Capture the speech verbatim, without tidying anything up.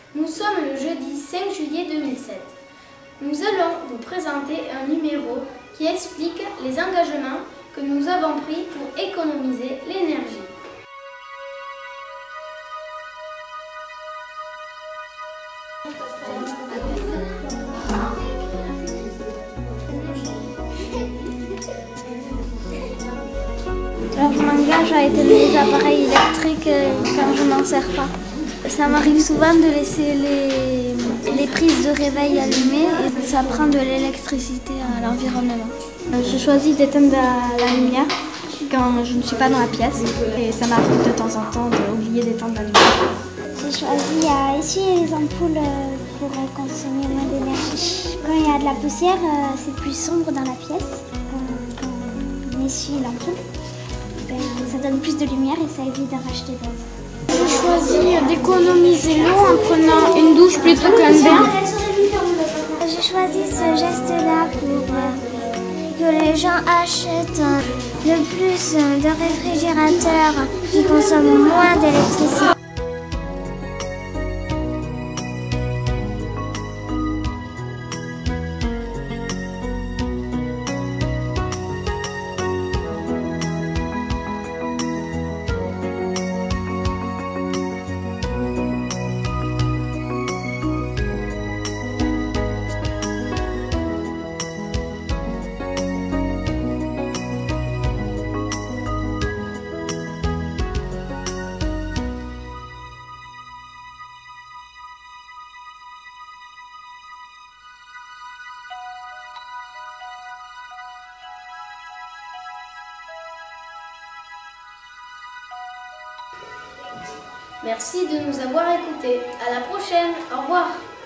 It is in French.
Nous sommes le jeudi cinq juillet deux mille sept. Nous allons vous présenter un numéro qui explique les engagements que nous avons pris pour économiser l'énergie. Alors je m'engage à éteindre les appareils électriques quand je n'en sers pas. Ça m'arrive souvent de laisser les, les prises de réveil allumées et ça prend de l'électricité à l'environnement. Je choisis d'éteindre la, la lumière quand je ne suis pas dans la pièce et ça m'arrive de temps en temps d'oublier d'éteindre la lumière. J'ai choisi à essuyer les ampoules pour consommer moins d'énergie. Quand il y a de la poussière, c'est plus sombre dans la pièce. Quand on essuie l'ampoule, ben, ça donne plus de lumière et ça évite d'en racheter d'autres. J'ai choisi d'économiser l'eau en prenant une douche plutôt qu'un bain. J'ai choisi ce geste-là pour que les gens achètent le plus de réfrigérateurs qui consomment moins d'électricité. Merci de nous avoir écoutés. À la prochaine. Au revoir.